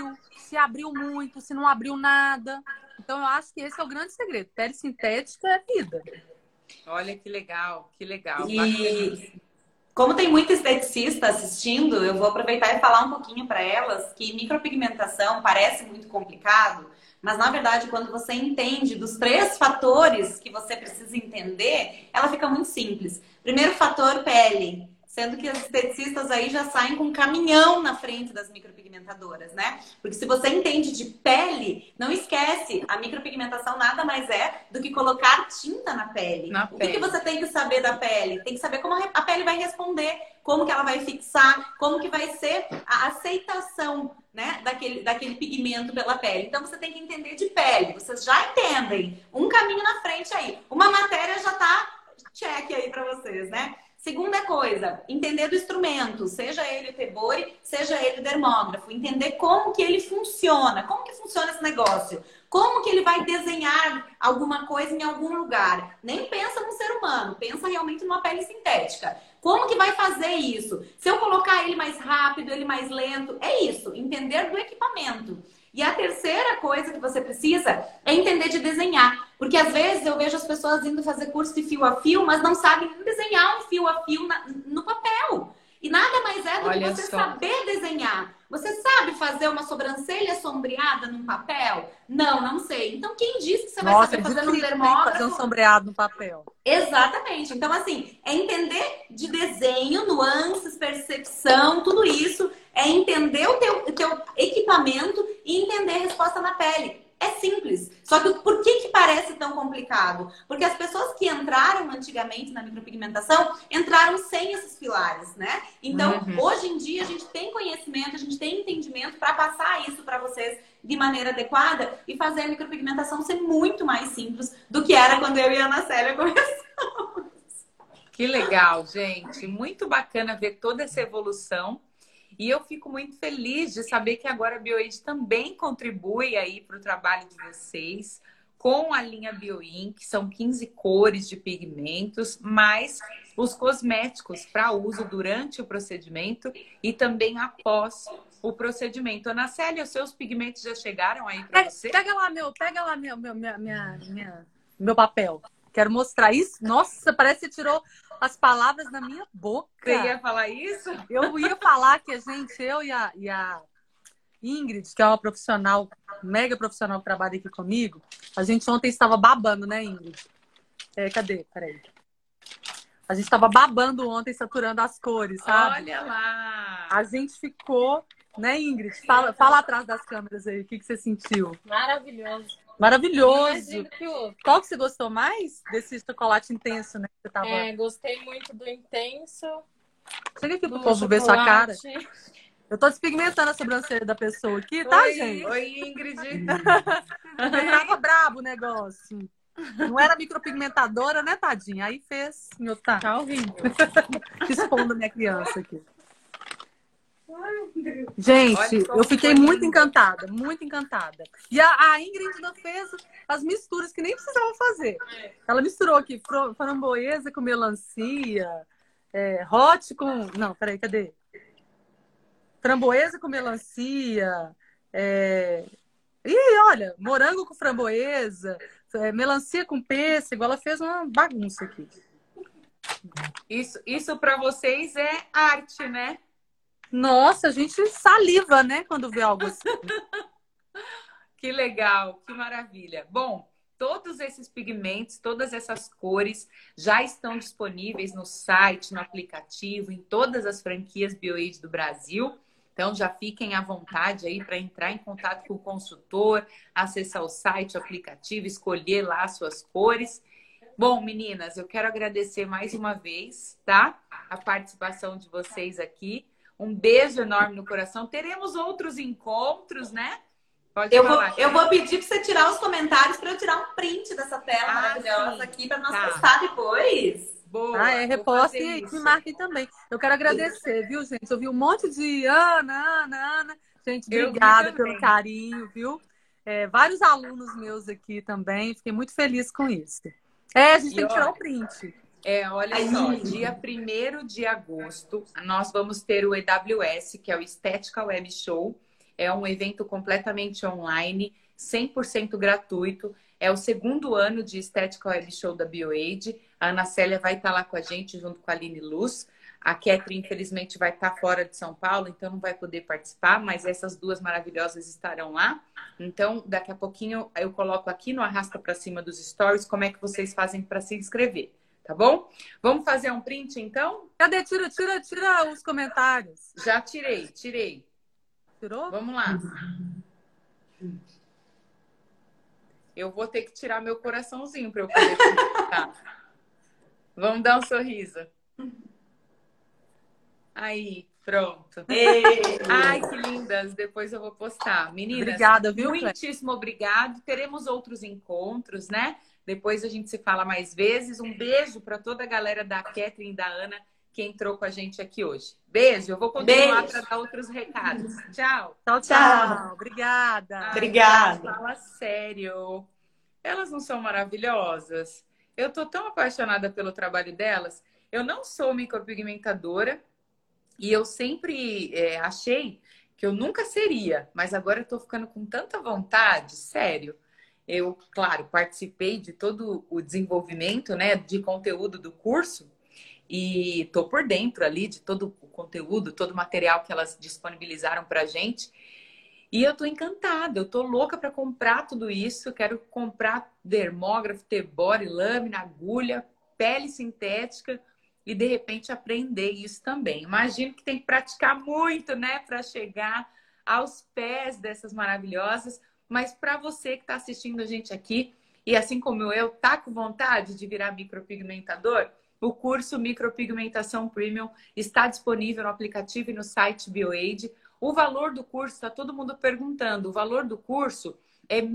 abriu muito, se não abriu nada. Então eu acho que esse é o grande segredo. Pele sintética é vida.
Olha que legal, bacana.
E como tem muita esteticista assistindo, eu vou aproveitar e falar um pouquinho para elas que micropigmentação parece muito complicado, mas na verdade, quando você entende dos 3 fatores que você precisa entender, ela fica muito simples. Primeiro fator, pele. Sendo que as esteticistas aí já saem com um caminhão na frente das micropigmentadoras, né? Porque se você entende de pele, não esquece, a micropigmentação nada mais é do que colocar tinta na pele. O que você tem que saber da pele? Tem que saber como a pele vai responder, como que ela vai fixar, como que vai ser a aceitação, né, daquele pigmento pela pele. Então você tem que entender de pele. Vocês já entendem um caminho na frente aí. Uma matéria já tá check aí para vocês, né? Segunda coisa, entender do instrumento, seja ele o Tebori, seja ele o dermógrafo, entender como que ele funciona, como que funciona esse negócio, como que ele vai desenhar alguma coisa em algum lugar. Nem pensa no ser humano, pensa realmente numa pele sintética. Como que vai fazer isso? Se eu colocar ele mais rápido, ele mais lento, é isso, entender do equipamento. E a terceira coisa que você precisa é entender de desenhar. Porque às vezes eu vejo as pessoas indo fazer curso de fio a fio, mas não sabem desenhar um fio a fio no papel. E nada mais é do que você saber desenhar. Você sabe fazer uma sobrancelha sombreada num papel? Não, não sei. Então quem disse que você vai saber fazer num dermógrafo?
Fazer um sombreado no papel.
Exatamente. Então, assim, é entender de desenho, nuances, percepção, tudo isso. É entender o teu equipamento e entender a resposta na pele. É simples. Só que por que parece tão complicado? Porque as pessoas que entraram antigamente na micropigmentação entraram sem esses pilares, né? Então, hoje em dia, a gente tem conhecimento, a gente tem entendimento para passar isso para vocês de maneira adequada e fazer a micropigmentação ser muito mais simples do que era quando eu e a Ana Célia começamos.
Que legal, gente. Muito bacana ver toda essa evolução. E eu fico muito feliz de saber que agora a BioAge também contribui aí para o trabalho de vocês com a linha BioIn, que são 15 cores de pigmentos, mais os cosméticos para uso durante o procedimento e também após o procedimento. Ana Célia, os seus pigmentos já chegaram aí para você?
Pega lá meu papel. Quero mostrar isso. Nossa, parece que você tirou as palavras da minha boca.
Você ia falar isso?
Eu ia falar que eu e a Ingrid, que é uma profissional, mega profissional que trabalha aqui comigo, a gente ontem estava babando, né, Ingrid? Cadê? Peraí. A gente estava babando ontem, saturando as cores, sabe?
Olha lá!
A gente ficou, né, Ingrid? Fala atrás das câmeras aí, o que você sentiu?
Maravilhoso.
Maravilhoso. Qual que você gostou mais desse chocolate intenso, né? Que você tava...
Gostei muito do intenso.
Chega aqui pro povo ver sua cara. Eu tô despigmentando a sobrancelha da pessoa aqui, tá, gente?
Oi, Ingrid.
Tava brabo o negócio. Não era micropigmentadora, né, tadinha? Aí fez.
Tá horrível.
Expondo a minha criança aqui. Gente, eu fiquei muito encantada, muito encantada. E a Ingrid ainda fez as misturas que nem precisava fazer. Ela misturou aqui framboesa com melancia, hot com... Não, peraí, cadê? Framboesa com melancia, olha, morango com framboesa, melancia com pêssego. Ela fez uma bagunça aqui.
Isso para vocês é arte, né?
Nossa, a gente saliva, né, quando vê algo assim.
Que legal, que maravilha. Bom, todos esses pigmentos, todas essas cores já estão disponíveis no site, no aplicativo, em todas as franquias BioAge do Brasil. Então já fiquem à vontade aí para entrar em contato com o consultor, acessar o site, o aplicativo, escolher lá as suas cores. Bom, meninas, eu quero agradecer mais uma vez, tá? A participação de vocês aqui. Um beijo enorme no coração. Teremos outros encontros, né? Pode
Eu
falar.
eu vou pedir para você tirar os comentários para eu tirar um print dessa tela maravilhosa
sim.
aqui para nós
Tá.
postar depois.
Boa, vou
Reposta
fazer
e
isso.
me marquem também. Eu quero agradecer, viu, gente? Eu vi um monte de Ana. Gente,
Eu vi
obrigada
também.
pelo carinho, viu? Vários alunos meus aqui também. Fiquei muito feliz com isso. A gente
E
tem que tirar
olha,
o print.
olha
Aí.
só, dia 1º de agosto, nós vamos ter o EWS, que é o Estética Web Show. É um evento completamente online, 100% gratuito. É o segundo ano de Estética Web Show da BioAid. A Ana Célia vai estar lá com a gente, junto com a Aline Luz. A Catherine, infelizmente, vai estar fora de São Paulo, então não vai poder participar, mas essas duas maravilhosas estarão lá. Então, daqui a pouquinho, eu coloco aqui no Arrasta para Cima dos Stories como é que vocês fazem para se inscrever, tá bom? Vamos fazer um print, então?
Cadê? Tira os comentários.
Já tirei.
Tirou?
Vamos lá. Eu vou ter que tirar meu coraçãozinho para eu poder publicar. Vamos dar um sorriso. Aí, pronto. Ai, que lindas. Depois eu vou postar. Meninas,
Obrigada, viu, Cléia?
muitíssimo obrigado. Teremos outros encontros, né? Depois a gente se fala mais vezes. Um beijo para toda a galera da Catherine e da Ana que entrou com a gente aqui hoje. Beijo. Eu vou continuar para dar outros recados. Tchau.
Tchau. Obrigada.
Ai,
Obrigada.
fala sério. Elas não são maravilhosas? Eu tô tão apaixonada pelo trabalho delas. Eu não sou micropigmentadora e eu sempre achei que eu nunca seria, mas agora eu tô ficando com tanta vontade, sério. Eu, claro, participei de todo o desenvolvimento, né, de conteúdo do curso e tô por dentro ali de todo o conteúdo, todo o material que elas disponibilizaram pra gente. E eu tô encantada, eu tô louca para comprar tudo isso. Quero comprar dermógrafo, T-body, lâmina, agulha, pele sintética e de repente aprender isso também. Imagino que tem que praticar muito, né, para chegar aos pés dessas maravilhosas. Mas para você que está assistindo a gente aqui e assim como eu, tá com vontade de virar micropigmentador, o curso Micropigmentação Premium está disponível no aplicativo e no site BioAid. O valor do curso, está todo mundo perguntando, o valor do curso é R$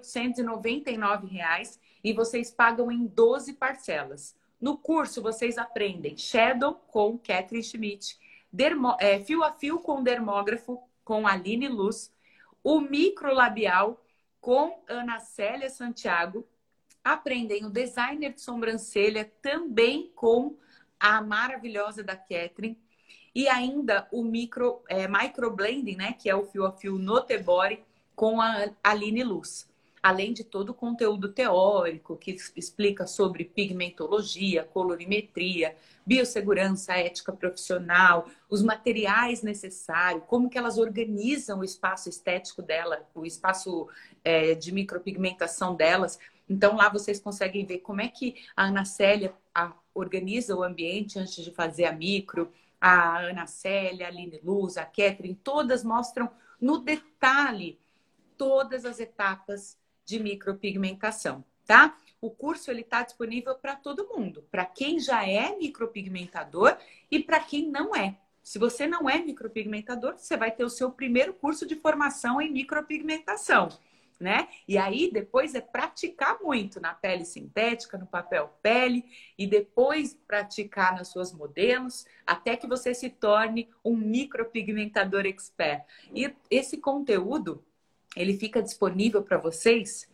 1.899 e vocês pagam em 12 parcelas. No curso, vocês aprendem Shadow com Catherine Schmidt, fio a fio com dermógrafo com Aline Luz, o microlabial com Ana Célia Santiago, aprendem o designer de sobrancelha também com a maravilhosa da Catherine, e ainda o microblending, né, que é o fio a fio no T-body com a Aline Luz. Além de todo o conteúdo teórico que explica sobre pigmentologia, colorimetria, biossegurança, ética profissional, os materiais necessários, como que elas organizam o espaço estético dela, o espaço de micropigmentação delas. Então lá vocês conseguem ver como é que a Ana Célia organiza o ambiente antes de fazer a micro, a Ana Célia, a Aline Luz, a Catherine, todas mostram no detalhe todas as etapas de micropigmentação, tá? O curso ele está disponível para todo mundo, para quem já é micropigmentador e para quem não é. Se você não é micropigmentador, você vai ter o seu primeiro curso de formação em micropigmentação, né? E aí depois é praticar muito na pele sintética, no papel pele e depois praticar nas suas modelos até que você se torne um micropigmentador expert. E esse conteúdo ele fica disponível para vocês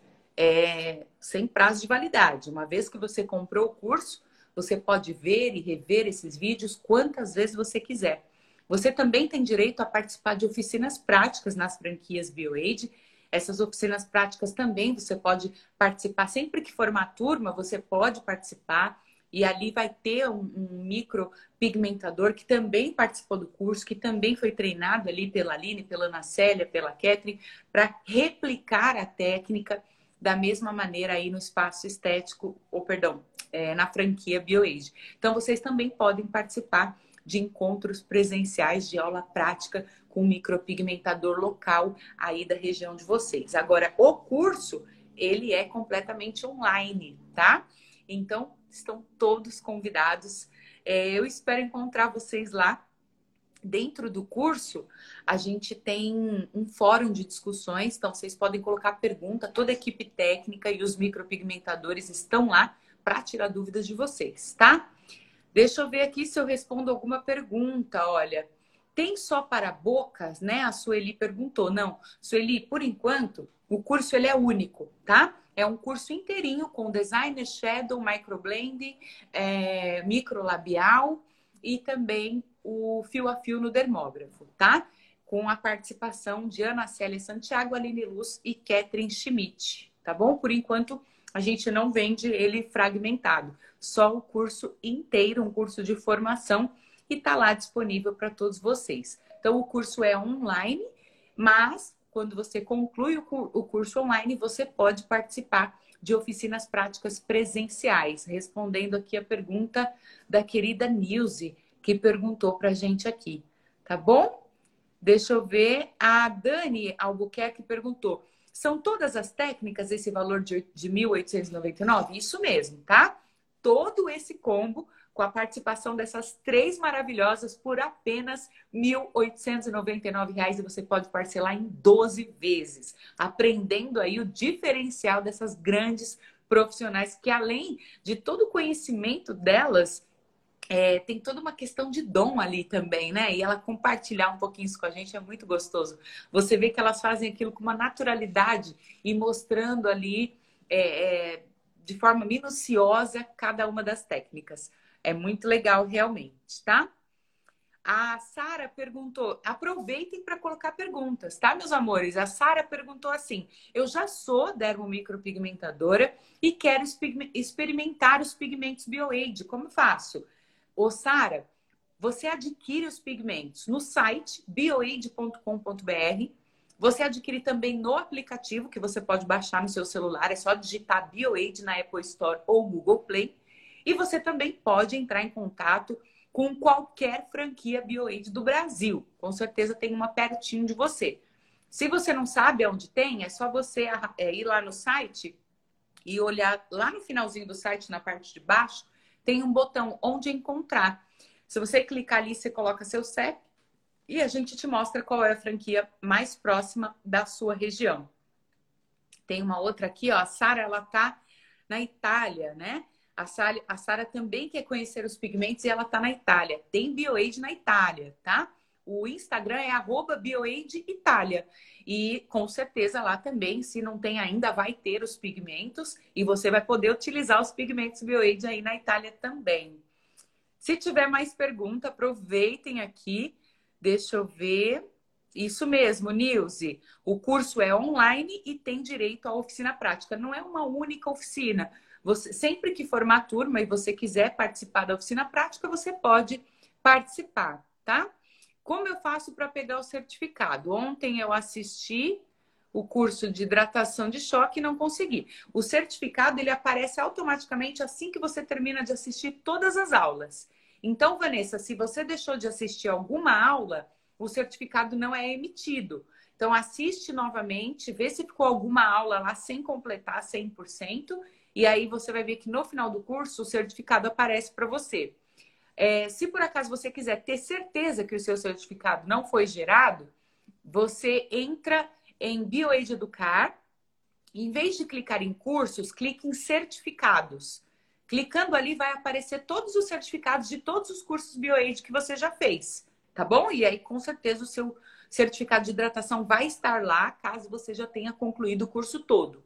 sem prazo de validade. Uma vez que você comprou o curso, você pode ver e rever esses vídeos quantas vezes você quiser. Você também tem direito a participar de oficinas práticas nas franquias BioAid. Essas oficinas práticas também você pode participar. Sempre que for uma turma, você pode participar. E ali vai ter um micropigmentador que também participou do curso, que também foi treinado ali pela Aline, pela Ana Célia, pela Catherine, para replicar a técnica da mesma maneira aí no espaço estético, na franquia BioAge. Então, vocês também podem participar de encontros presenciais de aula prática com um micropigmentador local aí da região de vocês. Agora, o curso, ele é completamente online, tá? Então, estão todos convidados. Eu espero encontrar vocês lá. Dentro do curso, a gente tem um fórum de discussões, então vocês podem colocar pergunta, toda a equipe técnica e os micropigmentadores estão lá para tirar dúvidas de vocês, tá? Deixa eu ver aqui se eu respondo alguma pergunta. Olha, tem só para bocas, né? A Sueli perguntou. Não, Sueli, por enquanto, o curso ele é único, tá? É um curso inteirinho com designer shadow, microblend, microlabial e também o fio a fio no dermógrafo, tá? Com a participação de Ana Célia Santiago, Aline Luz e Catherine Schmidt, tá bom? Por enquanto, a gente não vende ele fragmentado, só o curso inteiro, um curso de formação, e tá lá disponível para todos vocês. Então, o curso é online, mas quando você conclui o curso online, você pode participar de oficinas práticas presenciais, respondendo aqui a pergunta da querida Nilce, que perguntou para a gente aqui, tá bom? Deixa eu ver. A Dani Albuquerque perguntou: são todas as técnicas esse valor de 1.899? Isso mesmo, tá? Todo esse combo com a participação dessas 3 maravilhosas por apenas R$ 1.899 e você pode parcelar em 12 vezes, aprendendo aí o diferencial dessas grandes profissionais que, além de todo o conhecimento delas, tem toda uma questão de dom ali também, né? E ela compartilhar um pouquinho isso com a gente é muito gostoso. Você vê que elas fazem aquilo com uma naturalidade e mostrando ali de forma minuciosa cada uma das técnicas. É muito legal realmente, tá? A Sara perguntou, aproveitem para colocar perguntas, tá, meus amores? A Sara perguntou assim: eu já sou dermomicropigmentadora e quero experimentar os pigmentos BioAid, como faço? Ô, Sara, você adquire os pigmentos no site bioaid.com.br. Você adquire também no aplicativo que você pode baixar no seu celular. É só digitar BioAid na Apple Store ou Google Play. E você também pode entrar em contato com qualquer franquia BioAid do Brasil. Com certeza tem uma pertinho de você. Se você não sabe onde tem, é só você ir lá no site e olhar lá no finalzinho do site, na parte de baixo, tem um botão onde encontrar. Se você clicar ali, você coloca seu CEP e a gente te mostra qual é a franquia mais próxima da sua região. Tem uma outra aqui, ó, a Sara, ela tá na Itália, né? A Sara também quer conhecer os pigmentos e ela tá na Itália. Tem BioAid na Itália, tá? O Instagram é @BioAidItália. E com certeza lá também, se não tem ainda, vai ter os pigmentos e você vai poder utilizar os pigmentos BioAid aí na Itália também. Se tiver mais pergunta, aproveitem aqui. Deixa eu ver. Isso mesmo, Nilce. O curso é online e tem direito à oficina prática. Não é uma única oficina. Sempre que formar a turma e você quiser participar da oficina prática, você pode participar, tá? Como eu faço para pegar o certificado? Ontem eu assisti o curso de hidratação de choque e não consegui. O certificado, ele aparece automaticamente assim que você termina de assistir todas as aulas. Então, Vanessa, se você deixou de assistir alguma aula, o certificado não é emitido. Então, assiste novamente, vê se ficou alguma aula lá sem completar 100%, e aí você vai ver que no final do curso o certificado aparece para você. Se por acaso você quiser ter certeza que o seu certificado não foi gerado, você entra em BioAid Educar. Em vez de clicar em cursos, clique em certificados. Clicando ali vai aparecer todos os certificados de todos os cursos BioAid que você já fez, tá bom? E aí com certeza o seu certificado de hidratação vai estar lá, caso você já tenha concluído o curso todo.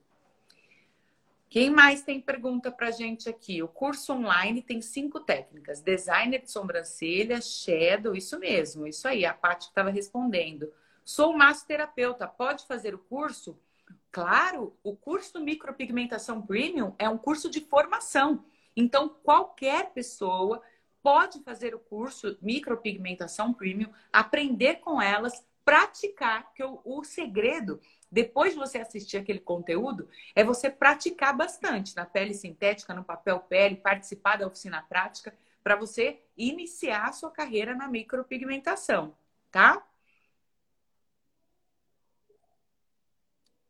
Quem mais tem pergunta pra gente aqui? O curso online tem 5 técnicas. Designer de sobrancelha, shadow, isso mesmo. Isso aí, a Paty que estava respondendo. Sou massoterapeuta, pode fazer o curso? Claro, o curso Micropigmentação Premium é um curso de formação. Então, qualquer pessoa pode fazer o curso Micropigmentação Premium, aprender com elas, praticar, porque o segredo, depois de você assistir aquele conteúdo, é você praticar bastante na pele sintética, no papel pele, participar da oficina prática, para você iniciar a sua carreira na micropigmentação, tá?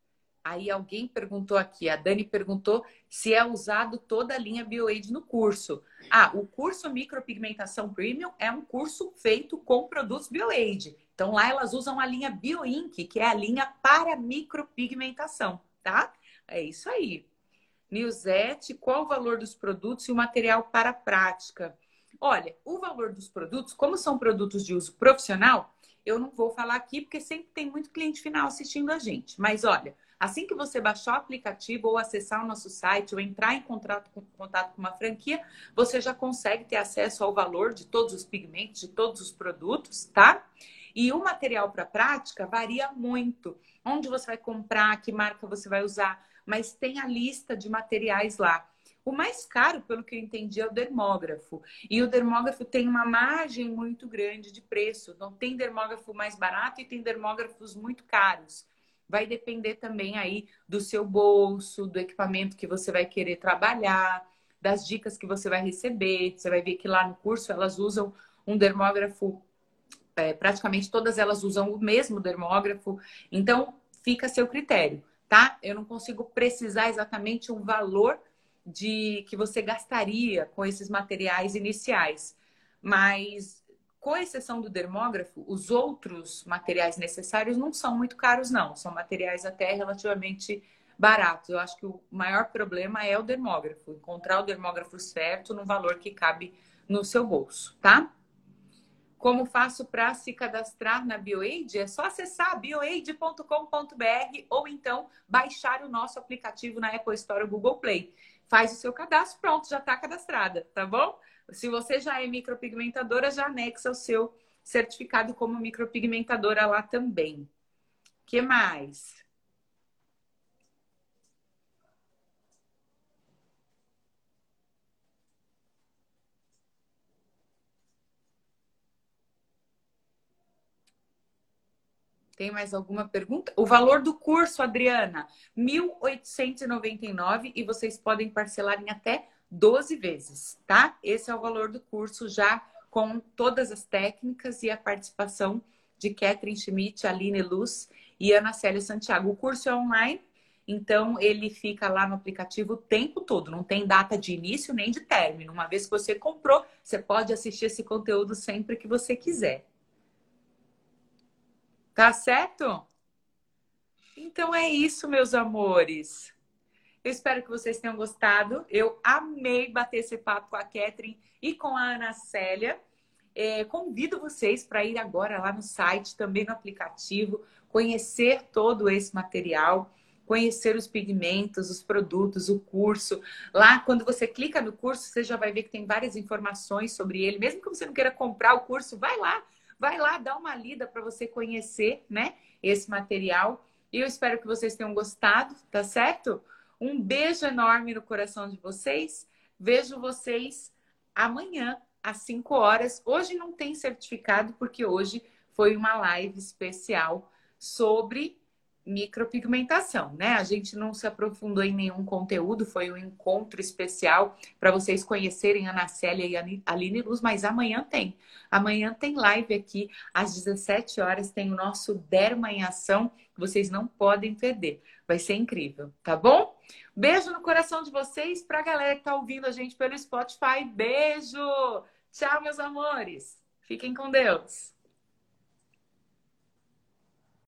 Aí alguém perguntou aqui, a Dani perguntou se é usado toda a linha BioAid no curso. Ah, o curso Micropigmentação Premium é um curso feito com produtos BioAid. Então lá elas usam a linha BioInk, que é a linha para micropigmentação, tá? É isso aí. Nilzete, qual o valor dos produtos e o material para a prática? Olha, o valor dos produtos, como são produtos de uso profissional, eu não vou falar aqui porque sempre tem muito cliente final assistindo a gente. Mas olha, assim que você baixar o aplicativo ou acessar o nosso site ou entrar em contato com uma franquia, você já consegue ter acesso ao valor de todos os pigmentos, de todos os produtos, tá? E o material para prática varia muito. Onde você vai comprar, que marca você vai usar, mas tem a lista de materiais lá. O mais caro, pelo que eu entendi, é o dermógrafo. E o dermógrafo tem uma margem muito grande de preço. Não tem dermógrafo mais barato e tem dermógrafos muito caros. Vai depender também aí do seu bolso, do equipamento que você vai querer trabalhar, das dicas que você vai receber. Você vai ver que lá no curso elas usam um dermógrafo, praticamente todas elas usam o mesmo dermógrafo. Então, fica a seu critério, tá? Eu não consigo precisar exatamente um valor que você gastaria com esses materiais iniciais. Mas, com exceção do dermógrafo, os outros materiais necessários não são muito caros, não. São materiais até relativamente baratos. Eu acho que o maior problema é o dermógrafo. Encontrar o dermógrafo certo no valor que cabe no seu bolso, tá? Como faço para se cadastrar na BioAid? É só acessar bioaid.com.br ou então baixar o nosso aplicativo na Apple Store ou Google Play. Faz o seu cadastro, pronto, já está cadastrada, tá bom? Se você já é micropigmentadora, já anexa o seu certificado como micropigmentadora lá também. O que mais? Tem mais alguma pergunta? O valor do curso, Adriana, R$ 1.899 e vocês podem parcelar em até 12 vezes, tá? Esse é o valor do curso já com todas as técnicas e a participação de Catherine Schmidt, Aline Luz e Ana Célia Santiago. O curso é online, então ele fica lá no aplicativo o tempo todo, não tem data de início nem de término. Uma vez que você comprou, você pode assistir esse conteúdo sempre que você quiser. Tá certo? Então é isso, meus amores. Eu espero que vocês tenham gostado. Eu amei bater esse papo com a Catherine e com a Ana Célia. Convido vocês para ir agora lá no site, também no aplicativo, conhecer todo esse material, conhecer os pigmentos, os produtos, o curso. Lá, quando você clica no curso, você já vai ver que tem várias informações sobre ele. Mesmo que você não queira comprar o curso, vai lá, dá uma lida para você conhecer, né, esse material. E eu espero que vocês tenham gostado, tá certo? Um beijo enorme no coração de vocês. Vejo vocês amanhã, às 5 horas. Hoje não tem certificado, porque hoje foi uma live especial sobre micropigmentação, né? A gente não se aprofundou em nenhum conteúdo, foi um encontro especial para vocês conhecerem a Ana Célia e a Aline Luz, mas amanhã tem. Amanhã tem live aqui, às 17 horas, tem o nosso Derma em Ação, que vocês não podem perder. Vai ser incrível, tá bom? Beijo no coração de vocês, pra galera que tá ouvindo a gente pelo Spotify. Beijo! Tchau, meus amores! Fiquem com Deus!